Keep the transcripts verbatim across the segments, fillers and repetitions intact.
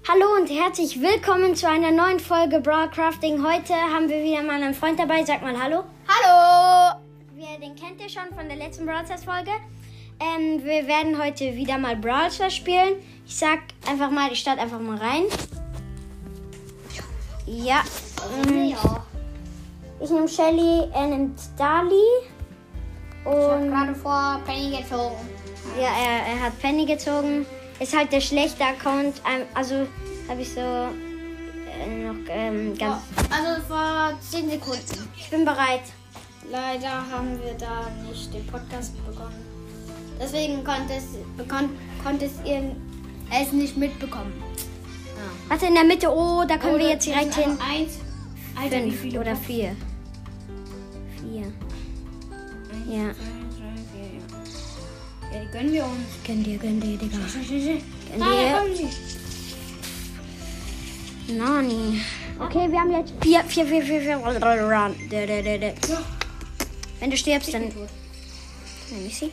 Hallo und herzlich willkommen zu einer neuen Folge Brawl Crafting. Heute haben wir wieder mal einen Freund dabei. Sag mal Hallo. Hallo! Wir, den kennt ihr schon von der letzten Brawl Stars Folge. Ähm, wir werden heute wieder mal Brawl Stars spielen. Ich sag einfach mal, ich starte einfach mal rein. Ja. Ähm, Ja. ich nehme Shelly, er nimmt Dali. Ich habe Und gerade vor Penny gezogen. ja, er, er hat Penny gezogen. Ist halt der schlechte Account. Ähm, also habe ich so äh, noch ähm, ganz... Also vor zehn Sekunden. Ich bin bereit. Leider haben wir da nicht den Podcast bekommen. Deswegen konnte es, kon, konntest ihr es nicht mitbekommen. Ja. Warte, in der Mitte. Oh, da können wir jetzt direkt hin. Eins. Alter, wie Fünf viele oder Boxen? vier. Vier. Ja. Eins, zwei, drei, vier, ja. Ja, die gönnen wir uns. Gönn dir, gönn dir, Digga. Gönn Ah, da dir. kommen sie. Nani. Okay, wir haben jetzt vier, vier, vier, vier, vier. Wenn du stirbst, dann tot. nehme ich sie.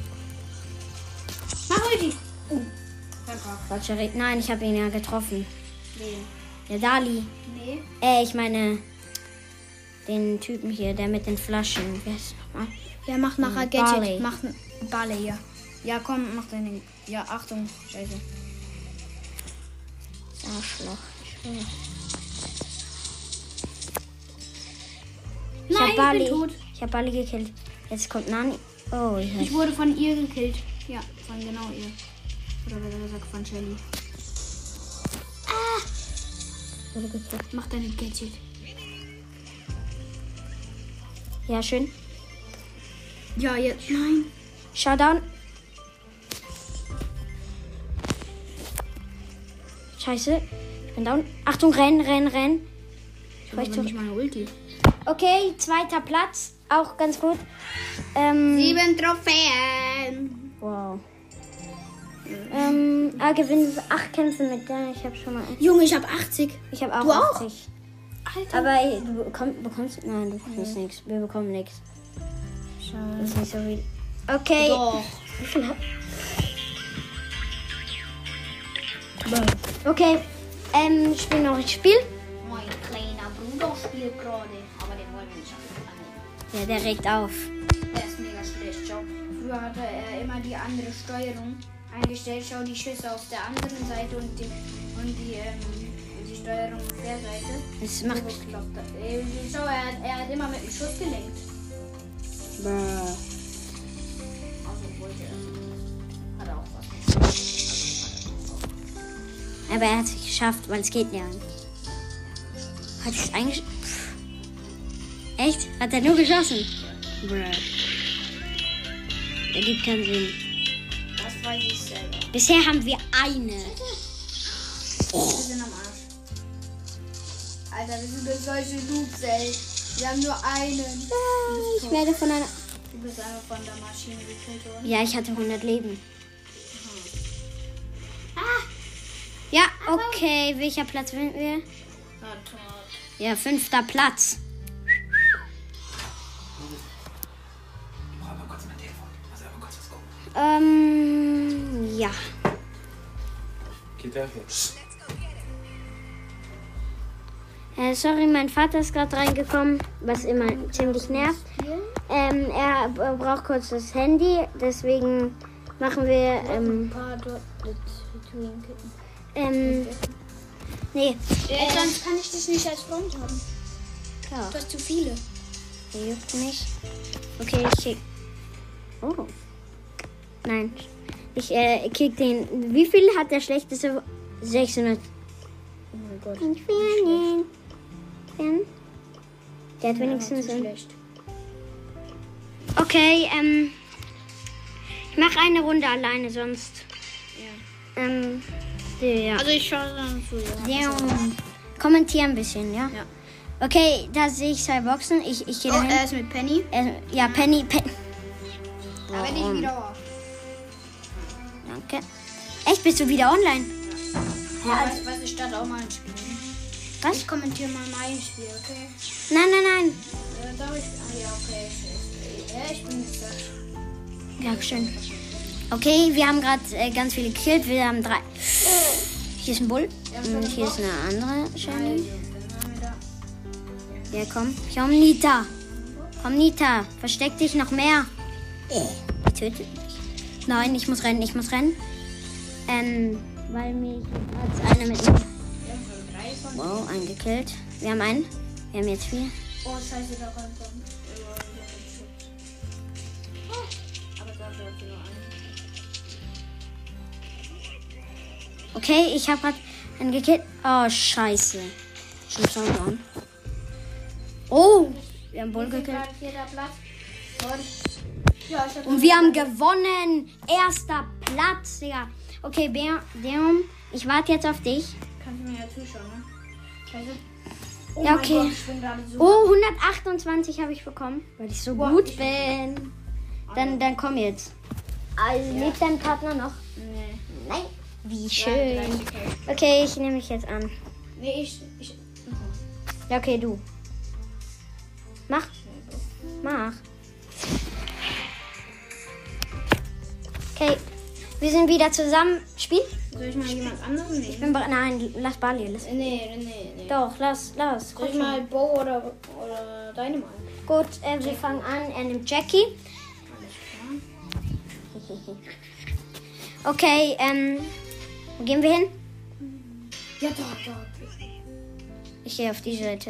Mach Ulti. Uh. Danke. Falscher Red. Nein, ich habe ihn ja getroffen. Nee. Der Dali. Nee. Äh, ich meine den Typen hier, der mit den Flaschen. Wer ist nochmal? Ja, mach nachher Barley. Gadget. Mach n- Barley, ja. Ja, komm, mach deine. Ja, Achtung. Scheiße. Arschloch. Ich Nein, hab ich Bali. bin tot. Ich habe Bali gekillt. Jetzt kommt Nani. Oh, ja. Ich wurde von ihr gekillt. Ja, von genau ihr. Oder besser gesagt von Shelly. Wurde gekillt. Mach deine Gadget. Ja, schön. Ja, jetzt. Nein. Showdown. Scheiße. Ich bin down. Achtung, rennen, rennen, rennen. Ich weiß tot. nicht meine Ulti. Okay, zweiter Platz. Auch ganz gut. Ähm, Sieben Trophäen. wow. Ähm, ah, gewinnen acht Kämpfe mit der. Ich habe schon mal. Junge, ich habe achtzig. Ich habe auch Du auch? achtzig. Alter. Aber ey, du bekomm, bekommst. Nein, du bekommst nichts. Wir bekommen nichts. Das ist nicht so viel. Okay. Doch. Wie viel hat. Okay. Ähm, ich spiele noch ein Spiel. Mein kleiner Bruder spielt gerade. Aber den wollen wir nicht annehmen. Ja, der regt auf. Der ist mega schlecht. Schau. Früher hatte er immer die andere Steuerung eingestellt. Schau, die Schüsse auf der anderen Seite und die, und die, ähm, die Steuerung auf der Seite. Das macht. So geklappt hat. Äh, Schau, er, hat- er hat immer mit dem Schuss gelenkt. Also wollte er. Hat er auch was. Aber er hat es geschafft, weil es geht ja nicht. Hat es eigentlich. Echt? Hat er nur geschossen? Bruh. Der gibt keinen Sinn. Das weiß ich selber. Bisher haben wir eine. Wir sind am Arsch. Alter, wir sind solche Noobs, ey. Wir haben nur einen. Ich werde von einer. Du bist einfach von der Maschine gekillt worden. Ja, ich hatte hundert Leben. Ja, okay. Welcher Platz sind wir? Na toll. Ja, fünfter Platz. Ich brauche mal kurz mein Telefon. Ich muss aber kurz was gucken. Ähm, ja. Geht der jetzt? Äh, sorry, mein Vater ist gerade reingekommen, was immer ziemlich nervt. Ähm, er b- braucht kurz das Handy, deswegen machen wir, ähm, Ein paar dort mit Twinkle. ähm, nee, Äh, sonst kann ich dich nicht als Freund haben. ja, Du hast zu viele. der juckt mich. Okay, ich schick. Oh. Nein. Ich, äh, kick den. Wie viel hat der schlechteste? sechshundert. Oh mein Gott. Ich will ihn. Wen? Der hat Ja, wenigstens zu ein. schlecht. Okay, ähm. Ich mache eine Runde alleine, sonst. Ja. Ähm. Ja. Also ich schaue dann zu. Ja. Ja. Kommentier ein bisschen, ja? Ja. Okay, da sehe ich zwei Boxen. Ich, ich gehe Oh, dahin. er ist mit Penny. Äh, ja, Penny, Penny. Da bin ich wieder auf. Danke. Echt, bist du wieder online? Ja, weißt du was, ich starte auch mal ein Spiel. Was? Ich kommentiere mal mein Spiel, okay? Nein, nein, nein. Äh, darf ich? Ah ja, okay. Ich, ja, ich bin jetzt da. Ja, schön. Okay, wir haben gerade äh, ganz viele gekillt. Wir haben drei. Hier ist ein Bull. Ja, Und schon hier ist eine andere Shelly. Also, dann haben wir da. Ja, komm. Komm, Nita. Komm, Nita. Versteck dich noch mehr. Die tötet mich. Nein, ich muss rennen, ich muss rennen. Ähm, weil mich jetzt einer mit mir... Wir haben schon drei von. Wow, einen gekillt. Wir haben einen. Wir haben jetzt vier. Oh, scheiße, da kommt dann. Aber da bleibt nur ein. Okay, ich habe gerade einen gekillt. Oh, scheiße. Schon down. Oh, wir haben Bull gekillt. Vierter Platz. Und, ja, ich hab Und wir haben gewonnen. Erster Platz, Digga. Okay, Bär, Deum, ich warte jetzt auf dich. Kannst du mir ja zuschauen, ne? Scheiße. Oh Ja, mein okay. Gott, ich bin gerade so. Oh, hundertachtundzwanzig habe ich bekommen, weil ich so Boah, gut ich- bin. Dann, dann komm jetzt. Also, Ja. lebt dein Partner noch? Nee. Nein. Wie Ja, schön. gleich, okay. Okay, ich nehme mich jetzt an. Nee, ich. ich Ja, okay, du. Mach. Mach. Okay, wir sind wieder zusammen. Spiel? Soll ich mal jemand anderen nehmen? Ich bin bereit. Nein, lass Bali. Lass. Nee, nee, nee. Doch, lass, lass. Soll ich mal Bo oder, oder deine mal? Gut, äh, wir fangen an. Er nimmt Jackie. Alles klar. Okay, ähm, wo gehen wir hin? Ja, dort, dort. Ich gehe auf die Seite.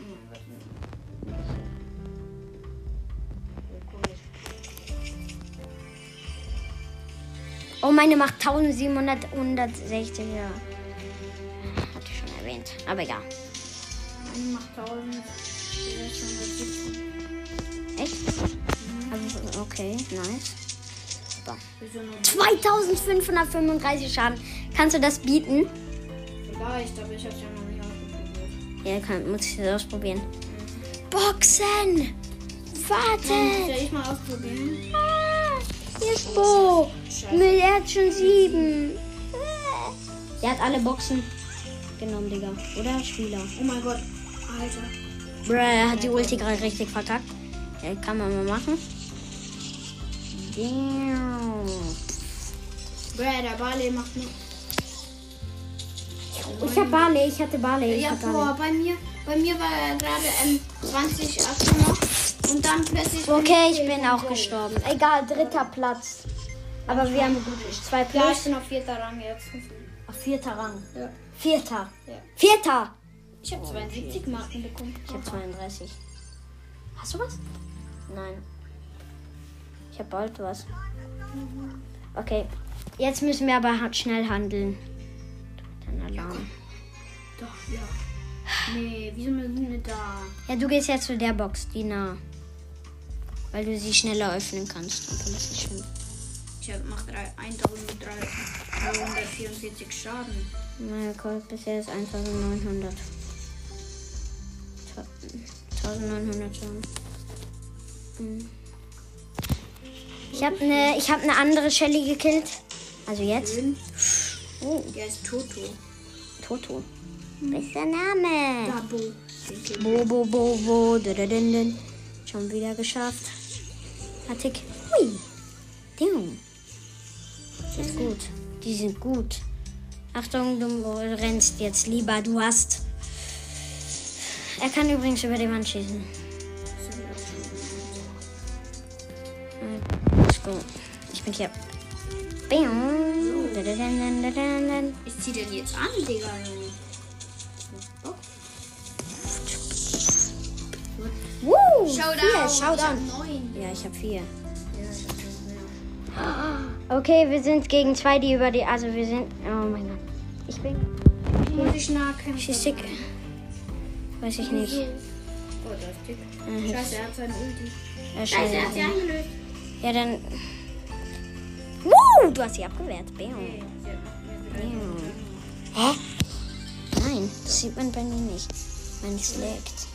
Oh, meine macht eintausendsiebenhundertsechzig. Ja. Hatte ich schon erwähnt. Aber ja. Meine macht tausendsechshundertsiebzehn. Echt? Also, okay, nice. Super. Wieso nur zweitausendfünfhundertfünfunddreißig Schaden. Kannst du das bieten? vielleicht, aber ich hab's ja noch nicht ausprobiert. Ja, kann, muss ich das ausprobieren. Boxen! Warte! Soll ich mal ausprobieren? Ah, hier ist Bo. Mit er hat schon sieben. Der hat alle Boxen genommen, Digga. Oder Spieler. Oh mein Gott. Alter. Bruh, er hat die Ulti gerade richtig verkackt. Ja, kann man mal machen. Damn. Bruh, der Barley macht nur. Ich hab Barley, ich hatte Barley. Ich Ja, hab Barley. boah, bei mir, bei mir war er gerade ähm, zwanzig achtzehn noch. Und dann plötzlich. Okay, ich bin auch gestorben. Egal, dritter Platz. Aber wir haben zwei Ja, ich Plus. bin auf vierter Rang jetzt. Auf vierter Rang. Ja. Vierter. Ja. Vierter. Ich habe zweiundsiebzig Marken bekommen. Ich habe zweiunddreißig. Hast du was? Nein. Ich habe bald was. Okay. Jetzt müssen wir aber halt schnell handeln. Dein Alarm. Doch, ja. Nee, wieso sind wir da? Ja, du gehst jetzt zu der Box, die nah. Weil du sie schneller öffnen kannst. Aber das ist schön. Ich hab- mach drei- eintausenddreihundertvierundvierzig Schaden. Mein Gott, bisher ist eintausendneunhundert. eintausendneunhundert schon. Hm. Ich habe eine ich hab ne andere Shelly gekillt. Also jetzt. Oh, Der ist Toto. Toto. Bester Name. Dabo. Bo, bo, bo, bo. Dudududun. Schon wieder geschafft. Attic. Hui. Damn. Das ist gut. Die sind gut. Achtung, du rennst jetzt lieber. Du hast. Er kann übrigens über die Wand schießen. Let's go. Ich bin hier. Bam. Dudududun. Ich zieh den jetzt an, Digga. Woo. Showdown. Vier. Ich Showdown. hab neun. Ja, ich habe vier. Ja, ich hab mehr. Okay, wir sind gegen zwei, die über die. Also wir sind. Oh mein Gott. Ich bin. Muss ich nachkämpfen? Ich sick. Weiß ich nicht. Oh, das ist dick. Mhm. Scheiße, er hat seine Ulti. Ja, Scheiße, er hat sie scheiße. eingelöst. Ja, dann. Woo! Du hast sie abgewehrt. Bam. Nee, sie hat noch mehr Bam. Hä? Nein, das sieht man bei mir nicht. Wenn es laggt.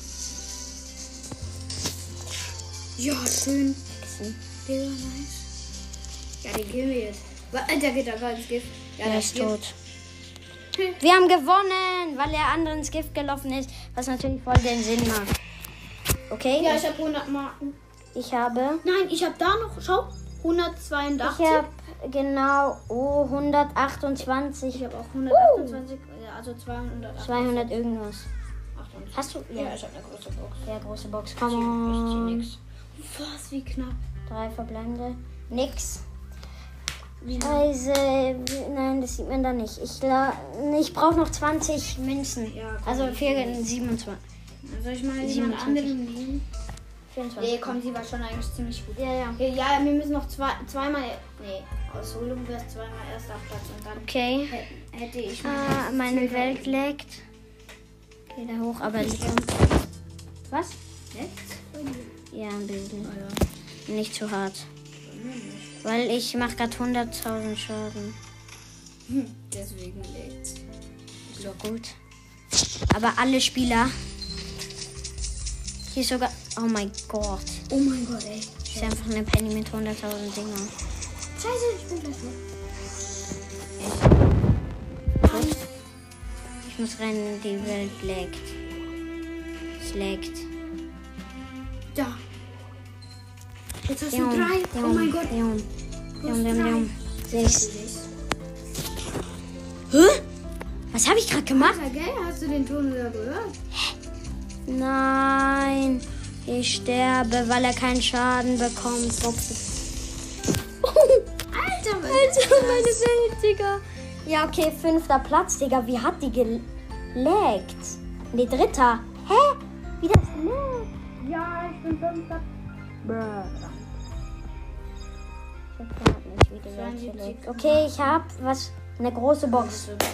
Ja, schön. Essen. Digga, nice. Ja, den killen wir jetzt. Wa- äh, Der geht aber ins Gift. Ja, Der der ist stirbt. tot. Wir haben gewonnen, weil der andere ins Gift gelaufen ist, was natürlich voll den Sinn macht. Okay? Ja, ich habe hundert Marken. Ich habe. Nein, ich habe da noch, schau, hundertzweiundachtzig. Ich habe genau oh, hundertachtundzwanzig. Ich habe auch hundertachtundzwanzig, uh. also zweihundert. zweihundert irgendwas. achtundzwanzig. Hast du? Ja, ja, ich habe eine große Box. Ja, große Box. Ich Komm zieh on. nix. Was, wie knapp. Drei verbleibende. Nix. Wie Scheiße. Nein, das sieht man da nicht. Ich, la- ich brauche noch zwanzig Münzen. Ja, komm, also ich fehlen siebenundzwanzig. Soll ich mal jemand siebenundzwanzig. anderen nehmen? vierundzwanzig. Nee, komm, sie war schon eigentlich ziemlich gut. Ja, ja. Okay, ja, wir müssen noch zwei, zweimal. Nee, aus Holung wäre es zweimal erster Platz und dann Okay. hä- hätte ich. Ah, meine Welt leckt. Geh da hoch, aber nicht. Was? Ja, ein bisschen. Nicht zu hart. Weil ich mache gerade hunderttausend Schaden. Hm, deswegen leckt's. So gut. Aber alle Spieler. Hier ist sogar. Oh mein Gott. Oh mein Gott, ey. Das ist einfach eine Penny mit hunderttausend Dingern. Scheiße, ich bin gleich weg. Gut. Ich muss rennen, die Welt leckt. Es leckt. Da. Jetzt hast du Jum, drei. Oh jum, mein Gott. Jum, Du jum, hast jum, drei. jum. Sechs. Sechs. Hä? Was habe ich gerade gemacht? Alter, gell? Hast du den Ton wieder gehört? Nein. Ich sterbe, weil er keinen Schaden bekommt. Alter, was Alter, meine Welt, Digga. Ja, okay, fünfter Platz, Digga. Wie hat die gelegt? Nee, dritter. Hä? Wie das gelegt? Ja, ich bin fünfter. Bruh. Ich hab grad nicht, wie die Welt gelegt. Okay, ich hab was. Eine große Box. Box.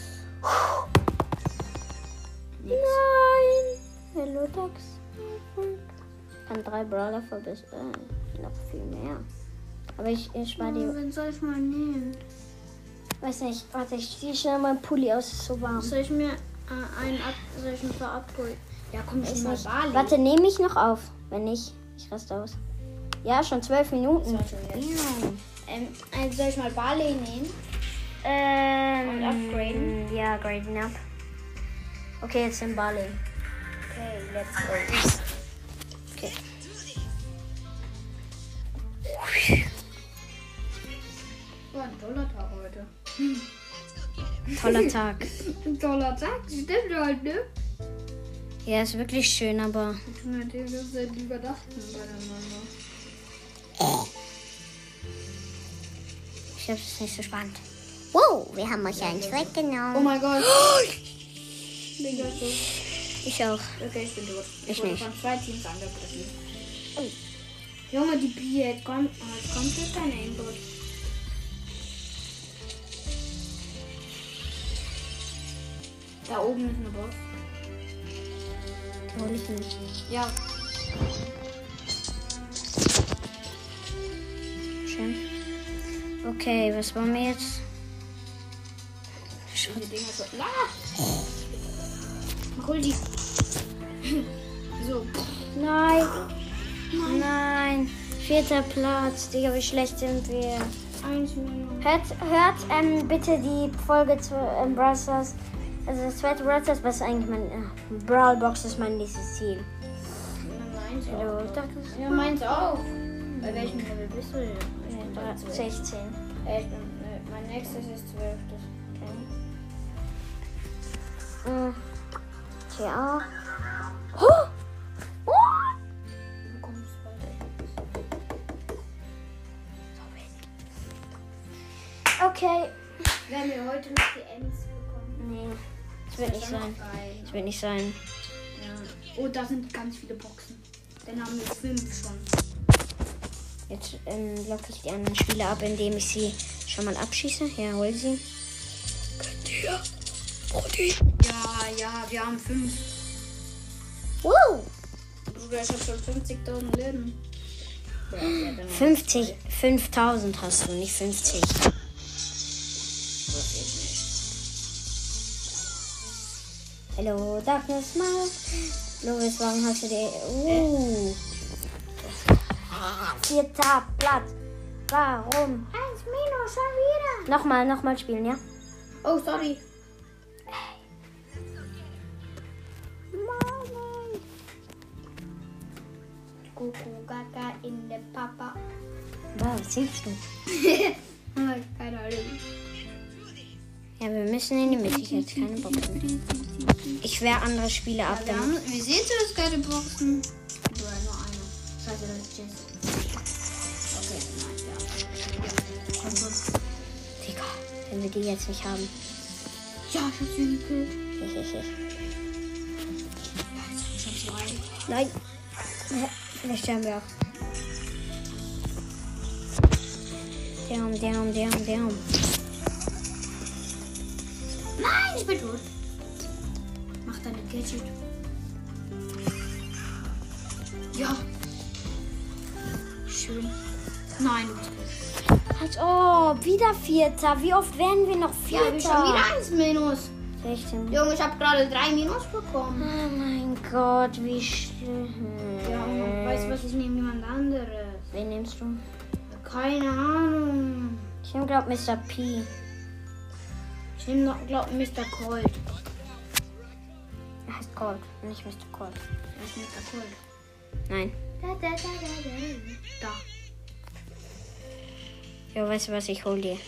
Nein. Hello, Dax. Kann drei Brawler verbessern. Äh, noch viel mehr. Aber ich, ich spare die. Wen soll ich mal nehmen? Weiß nicht. Warte, ich ziehe schnell meinen Pulli aus. Es ist so warm. Soll ich mir äh, einen ab, soll ich mir upgraden? Ja, komm, ich Ist mal nicht. Bali. Warte, nehme ich noch auf? Wenn nicht, ich raste aus. Ja, schon zwölf Minuten. Das war schon jetzt. Ähm, also soll ich mal Barley nehmen? Ähm, Und upgraden? Ja, graden up. Okay, jetzt in Bali. Okay, let's go. Okay. War ein toller Tag heute. Toller Tag. Ein toller Tag, stimmt halt, ne? Ja, ist wirklich schön, aber. Wir tun halt die ganze Zeit überdachten beieinander. Ich glaube, es ist nicht so spannend. Wow, wir haben euch eins Oh weggenommen. mein Gott. Bin gleich tot. Ich auch. Okay, ich bin tot. Ich wurde nicht. von zwei Teams angegriffen. Junge, die Pi, jetzt kommt, oh, jetzt kommt hier kein Aimbot. Da oben ist eine Box. Die hole ich nicht. Ja. Schön. Okay, was wollen wir jetzt? Diese Dinger so. Ah! Hol die. So. Nein. Nein. Vierter Platz. Digga, wie schlecht sind wir. Eins Minute. Hört, hört ähm, bitte die Folge zu ähm, Brawl Stars. Also das zweite Brawl Stars, was ist eigentlich mein äh, Brawl Box ist mein nächstes Ziel. Meins Hallo, auch. Doc. Ja, meins auch. Bei welchem Level bist du denn? Ich bin bei zwölf. sechzehn. Äh, ich bin, äh, mein nächstes ist zwölf. Das Mhm. Hier auch. Oh! Oh! du kommst weiter. Okay. Werden wir heute noch die Ems bekommen? Nee, das wird nicht ist schon sein. noch geil. Das wird nicht sein. Ja. Oh, da sind ganz viele Boxen. Dann haben wir fünf schon. Jetzt ähm, locke ich die anderen Spieler ab, indem ich sie schon mal abschieße. Ja, hol sie. Ja, ja, wir haben fünf. Wow! Bruder, ich hab schon fünfzigtausend Leben. Ja, ja, dann fünfzig, fünftausend hast du, nicht fünfzig. Hello, Darkness, Mouth. Louis, warum hast du die... Uh. Vierter Platz. Warum? Eins minus schon wieder. Nochmal, nochmal spielen, ja? Oh, sorry. Kuckuck, Gaga in der Papa. Was singst du? Keine Ahnung. Ja, wir müssen in die Mitte jetzt keine Boxen. Ich wehre andere Spiele ab. Ja, wir, Damit. haben, wir sehen zuerst keine Boxen. Nur, nur eine. Scheiße, das ist Jess. Okay, nein, ja. Komm, komm. Digga, wenn wir die jetzt nicht haben. Ja, ich hab sie gekillt. Hehehe. Ich hab sie rein. Nein. Ja, vielleicht sterben wir auch. Damn, damn, damn, damn. Nein, ich bin tot. Mach deine Gadget. Ja. Schön. Nein, du bist tot. Als ob, wieder Vierter. Wie oft werden wir noch Ja, Vierter? wir schon wieder eins Minus. sechzehn. Junge, ich habe gerade drei Minus bekommen. Oh mein Gott, wie schlimm. Ja, weißt du was, ich nehme jemand anderes. Wen nimmst du? Keine Ahnung. Ich nehme, glaube Mister P. Ich nehme noch, glaub, Mister Cold. Er heißt Colt, nicht Mister Colt. Das ist Mister Cold. Nein. Da, da, da, da, da. Da. Jo, weißt du was, ich hol dir.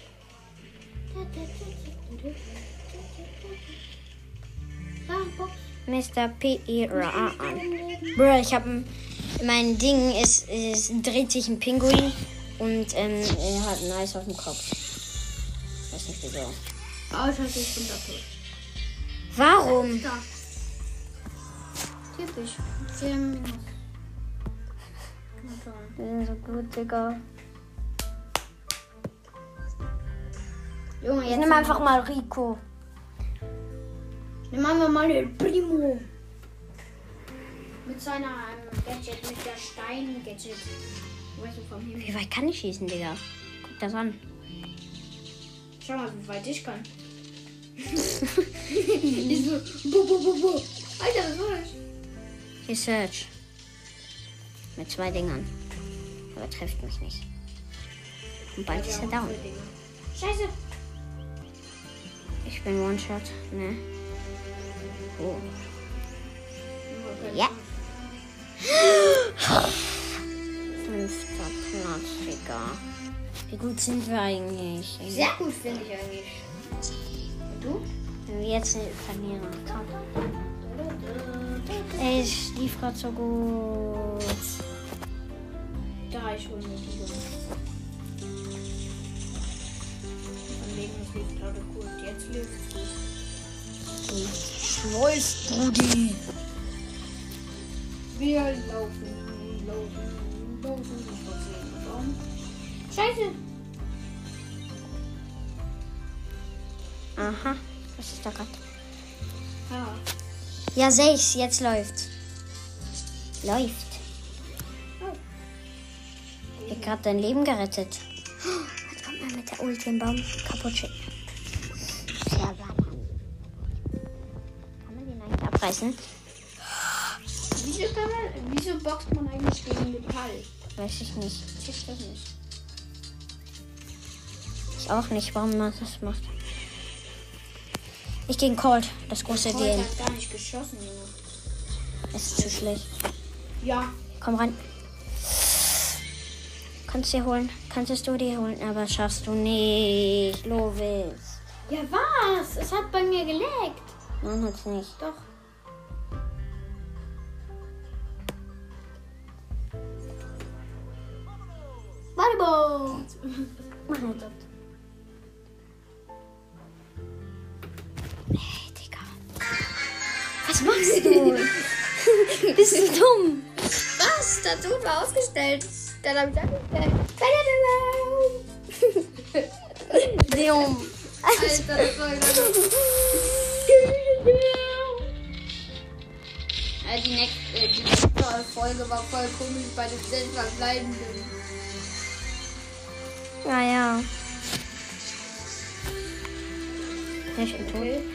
Da, Box. Mister P. Ira an. Bro, ich hab ein... Mein Ding ist, ist... dreht sich ein Pinguin und ähm, er hat ein Eis auf dem Kopf. Weiß nicht wieso. Oh, ich hatte ich bin da tot. Warum? Da. Typisch. vier Minus. Na toll. Wir sind so gut, Digga. Junge, Ich jetzt nehme einfach mal Rico. Nimm einfach mal den Primo. Mit seiner ähm, Gadget, mit der Stein-Gadget. Weißt du, vom Himmel. Wie weit kann ich schießen, Digga? Guck das an. Schau mal, wie weit ich kann. Ich so, bu, bu, bu, bu. Alter, was war das? Research. Mit zwei Dingern. Aber trifft mich nicht. Und bald ist er down. Scheiße. Ich bin One-Shot, ne? Oh. Ja. Fünfter Platz, Digga. Wie gut sind wir eigentlich? Sehr gut, finde ich eigentlich. Und du? Wenn wir jetzt verlieren. Ey, es lief gerade so gut. Da, ich hole mir die Junge. Mein Leben ist lief gerade gut. Jetzt lief es gut. Läuft, Brudi. Wir laufen, laufen, laufen. Ich wollte sehen, warum. Scheiße. Aha, was ist da gerade? Ja. Ja, sechs, jetzt läuft. Läuft. Ich hab gerade dein Leben gerettet. Was kommt man mit der Ulti im Baum kaputt schicken? Ja, kann man den eigentlich abreißen? Wieso, kann man, wieso boxt man eigentlich gegen Metall? Weiß ich nicht. Ich check das nicht. Ich auch nicht, warum man das macht. Ich gegen Colt, das große Heute D L. hat gar nicht geschossen, Junge. Es ist zu schlecht. Ja. Komm rein. Kannst du dir holen? Kannst du dir holen? Aber schaffst du nicht, Lovis. Ja, was? Es hat bei mir geleckt. Nein, hat's nicht. Doch. Volleyball. Mach halt das. Hey, Digga. Was machst du? Bist du dumm? Was? Das Tod war ausgestellt. Dann hab ich angestellt. Dumm. Alter, das war gerade. Ja, die nächste, äh, die nächste Folge war voll komisch bei den Selbstverbleibenden. Ja, ja. Ich bin tot. Okay.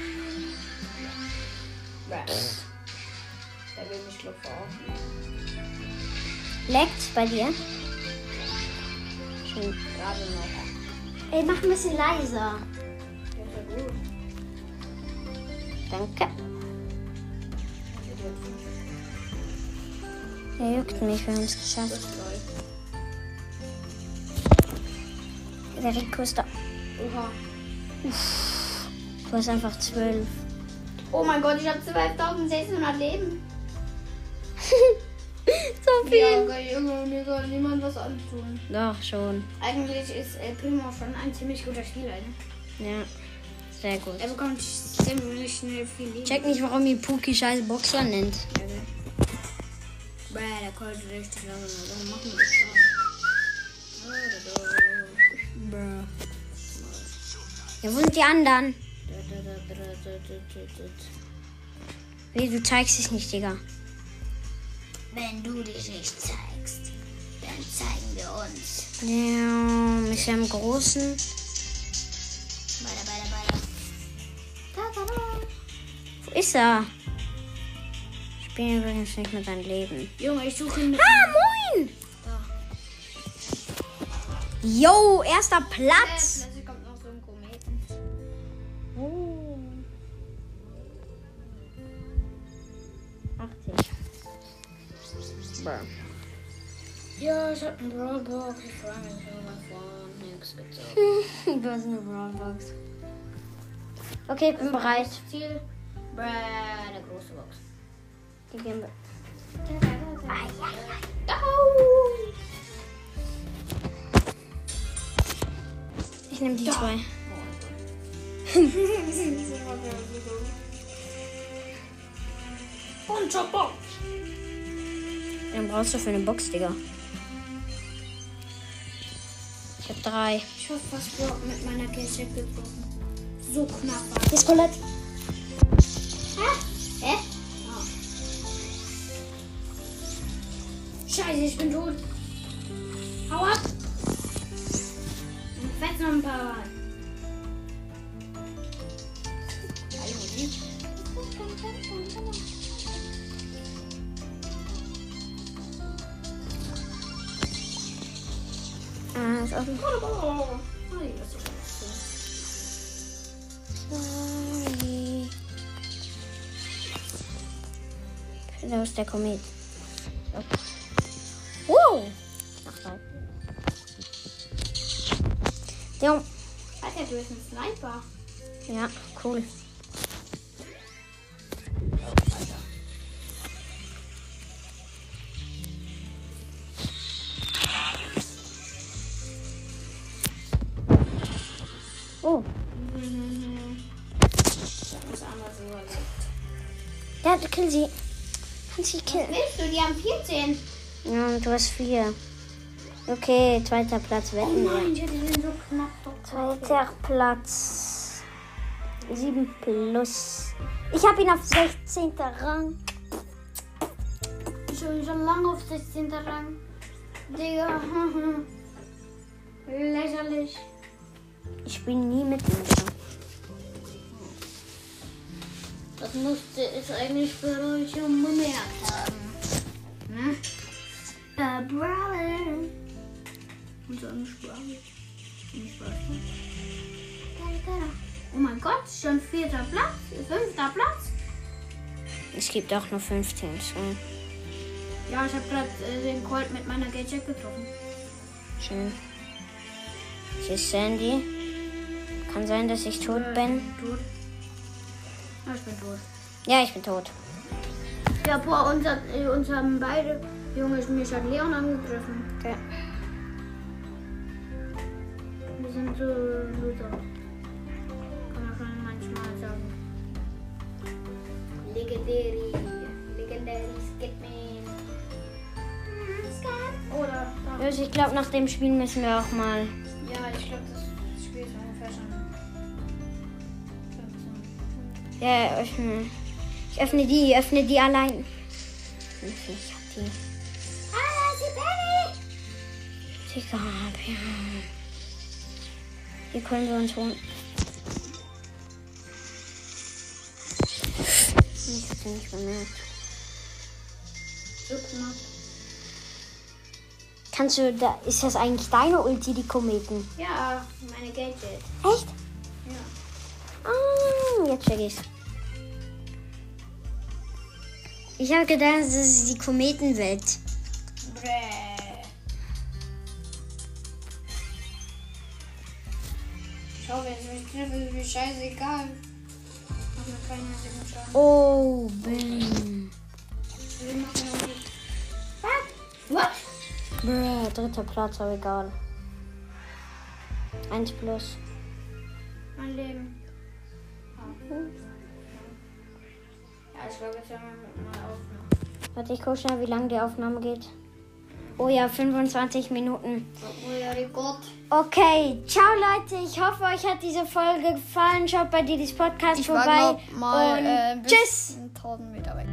Der will mich glaub verarschen. Leckt's bei dir? Schön. Gerade noch. Ey, mach ein bisschen leiser. Ja, ist ja gut. Danke. Er juckt mich, wir haben es geschafft. Das läuft. Der Rico ist da. Oha. Du hast einfach zwölf. Oh mein Gott, ich habe zwölftausendsechshundert Leben. So viel. Ja, okay, Junge, mir soll niemand was antun. Doch, schon. Eigentlich ist El Primo schon ein ziemlich guter Spieler, ne? Ja, sehr gut. Er bekommt ziemlich schnell viel Leben. Check nicht, warum ihr Puki scheiße Boxer nennt. Bäh, der konnte richtig lange. Warum machen wir das so? Ja, wo sind die anderen? Wie, du zeigst dich nicht, Digga. Wenn du dich nicht zeigst, dann zeigen wir uns. Ja, mit seinem großen. Weiter, weiter, weiter. Da, da, da. Wo ist er? Ich bin übrigens nicht mit seinem Leben. Junge, ich suche ihn mit. Ah, moin! Da. Yo, erster Äh, Platz. plötzlich kommt noch so ein Kometen. Oh. achtzig. Ja, ich hab einen Brawlbox. Ich freue mich immer von nix gezogen. Du hast eine Brawlbox. Okay, ich bin bereit. Ziel. Bäh, der große Box. Die gehen wir. Ich nehme die Ja. zwei. Und Chopper. Dann brauchst du für eine Box, Digga. Ich hab drei. Ich hab fast Brock mit meiner Kiste gebrochen. So knapp war Hier ist Colette. Hä? Hä? Oh. Scheiße, ich bin tot. Hau ab! Und fetz noch ein paar Mal. Ah, ist offen. Sorry. Sorry. Da ist der Komet. Wow! Ach, nein. Ja, Alter, du bist ein Sniper. ja, cool. Oh, Das ist anders überlegt. der hat kill sie. Kann sie killen. Willst du? Die haben vierzehn. Ja, und du hast vier. Okay, zweiter Platz, Oh wetten wir. nein, die sind so knapp. Doch. Zweiter Platz. sieben plus. Ich habe ihn auf sechzehnten Rang. Schon, schon lange auf sechzehnten Rang. Digga. Lächerlich. Ich spiele nie mit ihm. Das musste ich eigentlich für euch schon bemerkt haben. Ne? Äh, Brawler. Und so ein Brawler. Nicht Brawler. Oh mein Gott, schon vierter Platz, fünfter Platz. Es gibt auch nur fünfzehn. So. Ja, ich habe gerade äh, den Colt mit meiner Gadget getroffen. Schön. Hier ist Sandy. Kann sein, dass ich tot Äh, bin. Tot. Ja, ich bin tot. Ja, ich bin tot. Ja, boah, unser, äh, uns haben beide Junge, mich hat Leon angegriffen. Okay. Wir sind so Loser. Kann man schon manchmal sagen. Legendary. Legendary Skitman. Oder da. Also ich glaube, nach dem Spiel müssen wir auch mal. Ja, ich glaube, das Spiel ist ungefähr schon fünfzehn. Ja, öffne. Ich öffne die, öffne die allein. Ich hab die. Ah, sie Baby! Digga, ja. Hier können wir uns holen. Ich hab's ja nicht bemerkt. So knapp. Kannst du, da, ist das eigentlich deine Ulti, die Kometen? Ja, meine Gadget. Echt? Ja. Ah, jetzt check ich's. Ich habe gedacht, das ist die Kometenwelt. Bräh. hoffe, wenn ich mich treffe, ist mir scheißegal. Mach mir keinen einzigen Schaden. Oh, bam. Wir machen noch nicht. Was? Was? Bruh, dritter Platz, aber egal. Eins plus. Mein Leben. Oh. Ja, ich glaube, jetzt hören wir mal auf noch. Warte, ich gucke schnell, wie lange die Aufnahme geht. Oh ja, fünfundzwanzig Minuten. Oh ja, Gott. Okay, ciao Leute. Ich hoffe, euch hat diese Folge gefallen. Schaut bei Didis Podcast Ich vorbei. war glaub, mal und äh, bis tschüss. tausend Meter weg.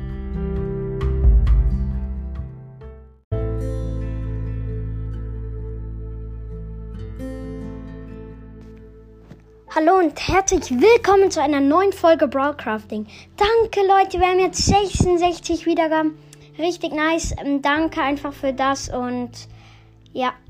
Hallo und herzlich willkommen zu einer neuen Folge Broadcrafting. Danke Leute, wir haben jetzt sechsundsechzig Wiedergaben. Richtig nice. Danke einfach für das und ja.